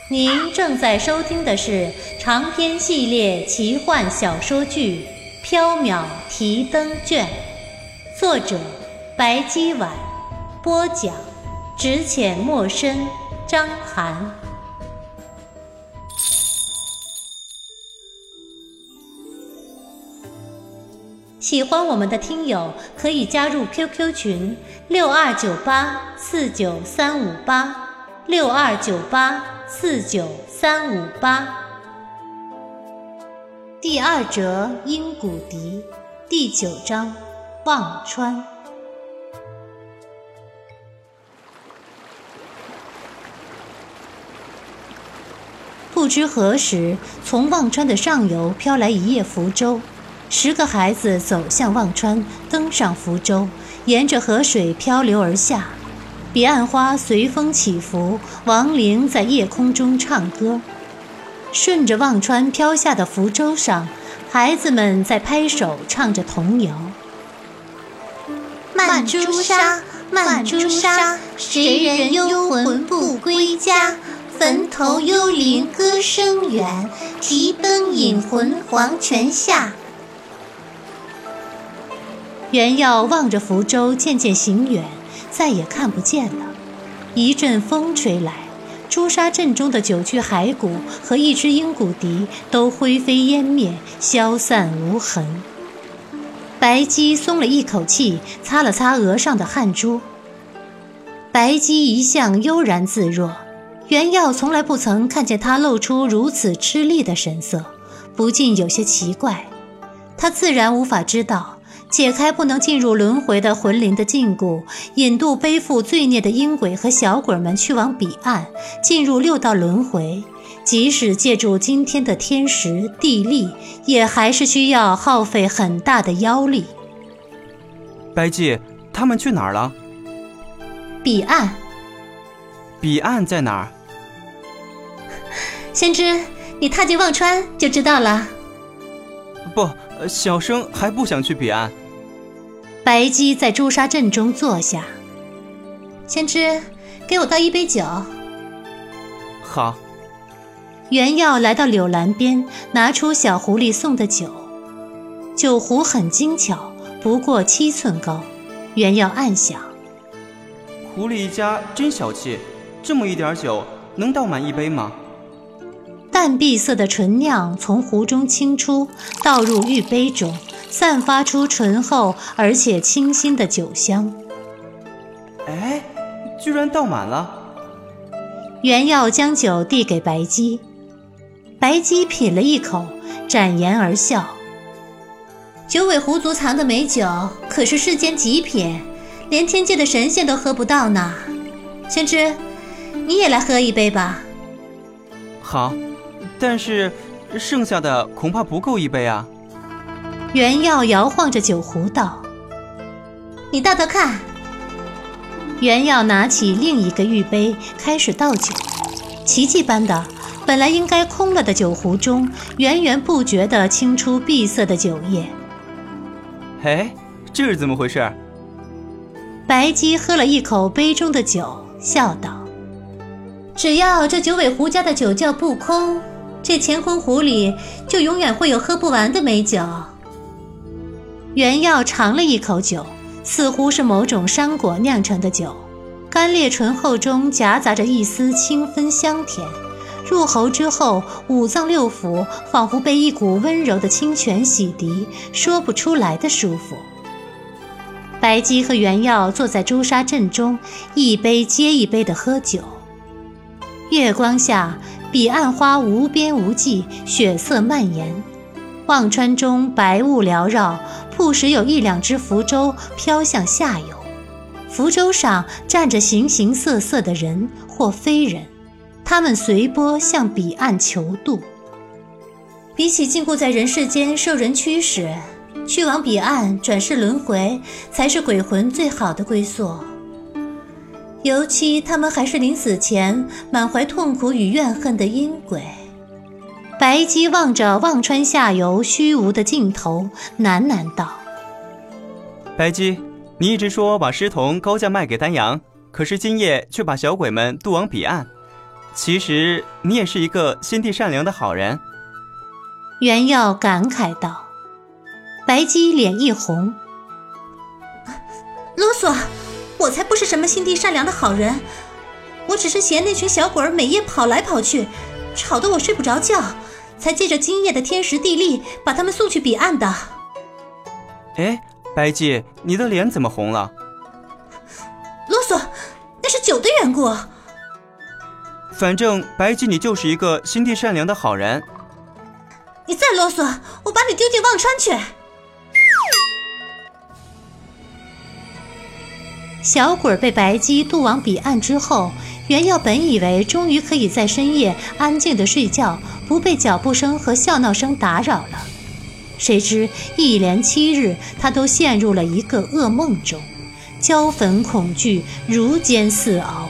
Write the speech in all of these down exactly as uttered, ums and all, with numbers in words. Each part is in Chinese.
您正在收听的是长篇系列奇幻小说剧《缥缈提灯卷》，作者白姬婉，播讲只浅墨深，张涵。喜欢我们的听友可以加入 Q Q 群六二九八四九三五八六二九八四九三五八。第二折阴谷笛，第九章忘川。不知何时，从忘川的上游飘来一叶浮舟，十个孩子走向忘川，登上浮舟，沿着河水漂流而下。彼岸花随风起伏，亡灵在夜空中唱歌。顺着忘川飘下的浮舟上，孩子们在拍手唱着童谣。 漫朱砂，漫朱砂，谁人幽魂不归家？坟头幽灵歌声远，提灯引魂黄泉下。 袁耀望着浮舟渐渐行远，再也看不见了。一阵风吹来，朱砂阵中的九具骸骨和一只鹰骨笛都灰飞烟灭，消散无痕。白姬松了一口气，擦了擦额上的汗珠。白姬一向悠然自若，袁耀从来不曾看见她露出如此吃力的神色，不禁有些奇怪。他自然无法知道，解开不能进入轮回的魂灵的禁锢，引渡背负罪孽的阴鬼和小鬼们去往彼岸，进入六道轮回，即使借助今天的天时地利，也还是需要耗费很大的妖力。 白姬，他们去哪儿了？ 彼岸。 彼岸在哪儿？ 先知，你踏进忘川就知道了。 不，小生还不想去彼岸。 白姬在朱砂阵中坐下。先知，给我倒一杯酒。 好。 袁耀来到柳兰边，拿出小狐狸送的酒。酒壶很精巧，不过七寸高。袁耀暗想， 狐狸一家真小气，这么一点酒能倒满一杯吗？ 淡碧色的纯酿从壶中倾出，倒入玉杯中，散发出醇厚而且清新的酒香。 哎，居然倒满了！ 袁耀将酒递给白姬，白姬品了一口，展颜而笑。九尾狐族藏的美酒可是世间极品，连天界的神仙都喝不到呢。先知，你也来喝一杯吧。 好，但是剩下的恐怕不够一杯啊。 袁耀摇晃着酒壶道：你倒倒看。袁耀拿起另一个玉杯开始倒酒，奇迹般的，本来应该空了的酒壶中源源不绝地倾出碧色的酒液。 哎，这是怎么回事？ 白姬喝了一口杯中的酒，笑道：只要这九尾狐家的酒窖不空，这乾坤湖里就永远会有喝不完的美酒。袁耀尝了一口酒，似乎是某种山果酿成的酒，干裂醇厚中夹杂着一丝清芬香甜，入喉之后，五脏六腑仿佛被一股温柔的清泉洗涤，说不出来的舒服。白姬和袁耀坐在朱砂阵中，一杯接一杯地喝酒。月光下，彼岸花无边无际，血色蔓延。忘川中白雾缭绕，不时有一两只浮舟飘向下游。浮舟上站着形形色色的人或非人，他们随波向彼岸求渡。比起禁锢在人世间受人驱使，去往彼岸转世轮回，才是鬼魂最好的归宿。尤其他们还是临死前满怀痛苦与怨恨的阴鬼。白姬望着忘川下游虚无的尽头，喃喃道： 白姬，你一直说把尸童高价卖给丹阳，可是今夜却把小鬼们渡往彼岸， 其实你也是一个心地善良的好人。 袁耀感慨道。白姬脸一红， 啰嗦，我才不是什么心地善良的好人，我只是嫌那群小鬼儿每夜跑来跑去，吵得我睡不着觉，才借着今夜的天时地利把他们送去彼岸的。 哎，白姬，你的脸怎么红了？ 啰嗦，那是酒的缘故。 反正白姬你就是一个心地善良的好人。 你再啰嗦，我把你丢进忘川去。 小鬼被白姬渡往彼岸之后，袁耀本以为终于可以在深夜安静地睡觉，不被脚步声和笑闹声打扰了。谁知一连七日，他都陷入了一个噩梦中，焦焚恐惧如煎似熬。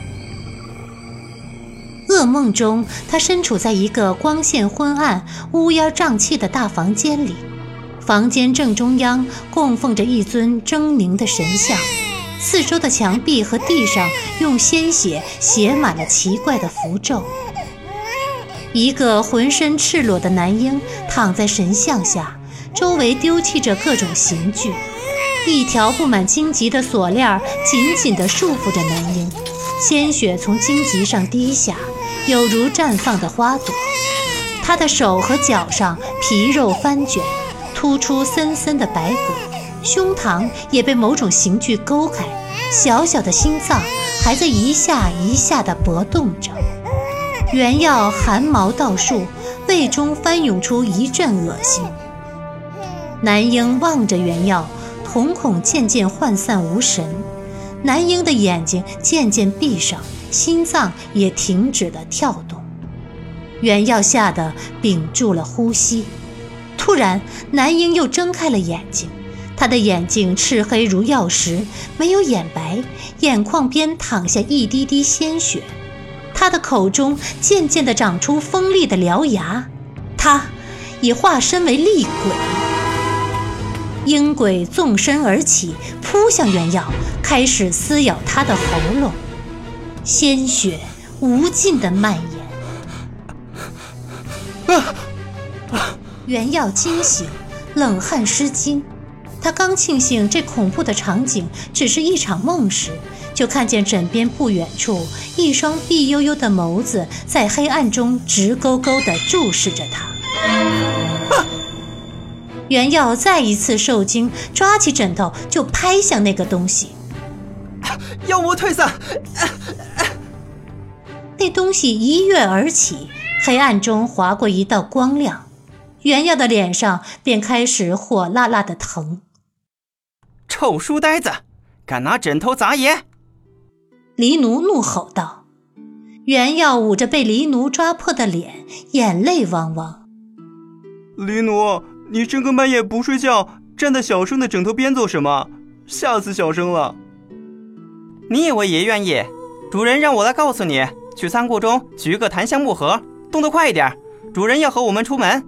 噩梦中，他身处在一个光线昏暗、乌烟瘴气的大房间里，房间正中央供奉着一尊狰狞的神像。四周的墙壁和地上用鲜血写满了奇怪的符咒。一个浑身赤裸的男婴躺在神像下，周围丢弃着各种刑具，一条布满荆棘的锁链紧紧地束缚着男婴，鲜血从荆棘上滴下，有如绽放的花朵。他的手和脚上皮肉翻卷，突出森森的白骨，胸膛也被某种刑具勾开，小小的心脏还在一下一下地搏动着。袁耀汗毛倒竖，胃中翻涌出一阵恶心。男婴望着袁耀，瞳孔渐渐涣散无神，男婴的眼睛渐渐闭上，心脏也停止了跳动。袁耀吓得屏住了呼吸。突然，男婴又睁开了眼睛，他的眼睛赤黑如曜石，没有眼白，眼眶边淌下一滴滴鲜血。他的口中渐渐地长出锋利的獠牙，他已化身为厉鬼。鹰鬼纵身而起，扑向袁耀，开始撕咬他的喉咙，鲜血无尽地蔓延。啊啊、袁耀惊醒，冷汗湿巾。他刚庆幸这恐怖的场景只是一场梦时，就看见枕边不远处一双碧幽幽的眸子在黑暗中直勾勾地注视着他。啊、袁耀再一次受惊，抓起枕头就拍向那个东西。 妖魔退散！ 那东西一跃而起，黑暗中划过一道光亮，袁耀的脸上便开始火辣辣的疼。 臭书呆子，敢拿枕头砸爷！ 黎奴怒吼道。袁耀捂着被黎奴抓破的脸，眼泪汪汪。 黎奴，你深更半夜不睡觉，站在小生的枕头边做什么？吓死小生了。你以为爷愿意？主人让我来告诉你，去仓库中取个檀香木盒，动得快一点，主人要和我们出门。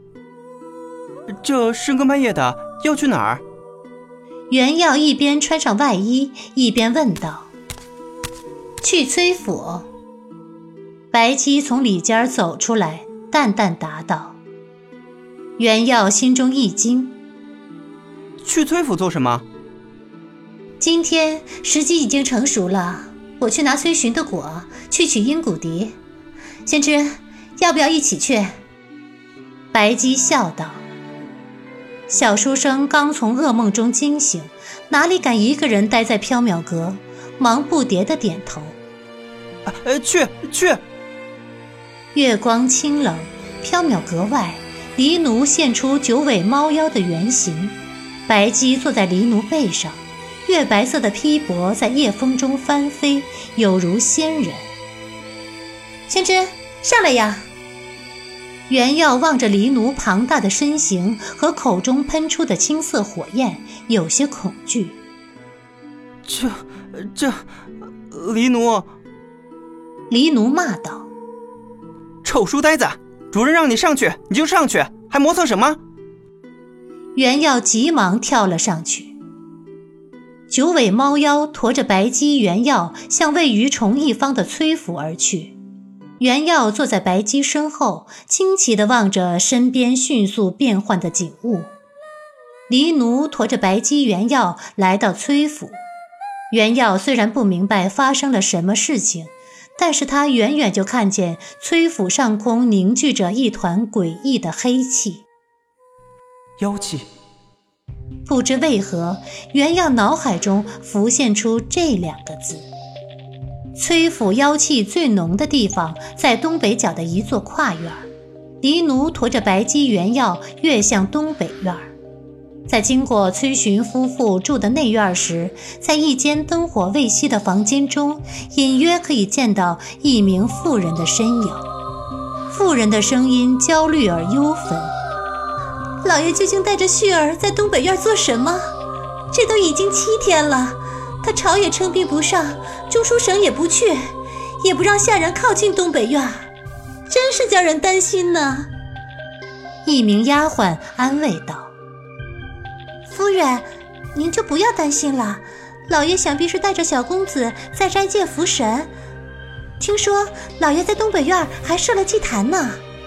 这深更半夜的要去哪儿？ 袁耀一边穿上外衣，一边问道。去崔府。白姬从里间走出来，淡淡答道。袁耀心中一惊。 去崔府做什么？ 今天时机已经成熟了，我去拿崔寻的果，去取鹰骨笛。先知，要不要一起去？白姬笑道。小书生刚从噩梦中惊醒，哪里敢一个人待在缥缈阁，忙不迭地点头。 呃，去去。 月光清冷，缥缈阁外，黎奴现出九尾猫妖的原形。白姬坐在黎奴背上，月白色的披帛在夜风中翻飞，有如仙人。先知，上来呀！袁耀望着黎奴庞大的身形和口中喷出的青色火焰，有些恐惧。 这这黎奴！ 黎奴骂道。 臭书呆子，主人让你上去你就上去，还磨蹭什么？ 袁耀急忙跳了上去。九尾猫妖驮着白姬、袁耀向位于虫一方的崔府而去。 袁耀坐在白姬身后，惊奇地望着身边迅速变换的景物。黎奴驮着白姬、袁耀来到崔府。袁耀虽然不明白发生了什么事情，但是他远远就看见崔府上空凝聚着一团诡异的黑气。 妖气。 不知为何，袁耀脑海中浮现出这两个字。崔府妖气最浓的地方在东北角的一座跨院。黎奴驮着白姬、袁耀跃向东北院。在经过崔寻夫妇住的内院时，在一间灯火未熄的房间中，隐约可以见到一名妇人的身影。妇人的声音焦虑而幽愤： 老爷究竟带着旭儿在东北院做什么？这都已经七天了，他朝也称兵不上，中书省也不去，也不让下人靠近东北院，真是叫人担心呢。 一名丫鬟安慰道： 夫人，您就不要担心了，老爷想必是带着小公子在斋戒福神。听说老爷在东北院还设了祭坛呢，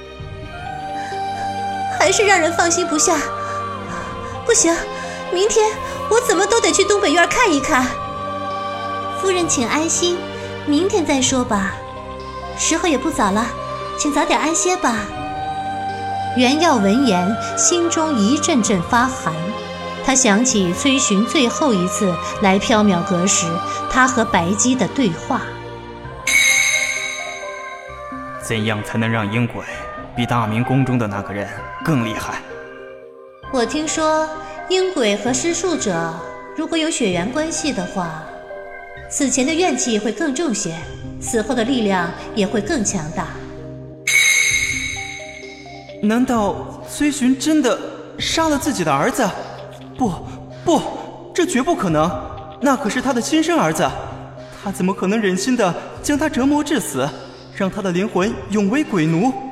还是让人放心不下。不行，明天我怎么都得去东北院看一看。夫人请安心，明天再说吧，时候也不早了，请早点安歇吧。 袁耀闻言，心中一阵阵发寒。他想起崔寻最后一次来缥缈阁时，他和白姬的对话。 怎样才能让阴鬼比大明宫中的那个人更厉害？ 我听说阴鬼和施术者如果有血缘关系的话，死前的怨气会更重些，死后的力量也会更强大。 难道崔寻真的杀了自己的儿子？不不，这绝不可能，那可是他的亲生儿子，他怎么可能忍心的将他折磨致死，让他的灵魂永为鬼奴？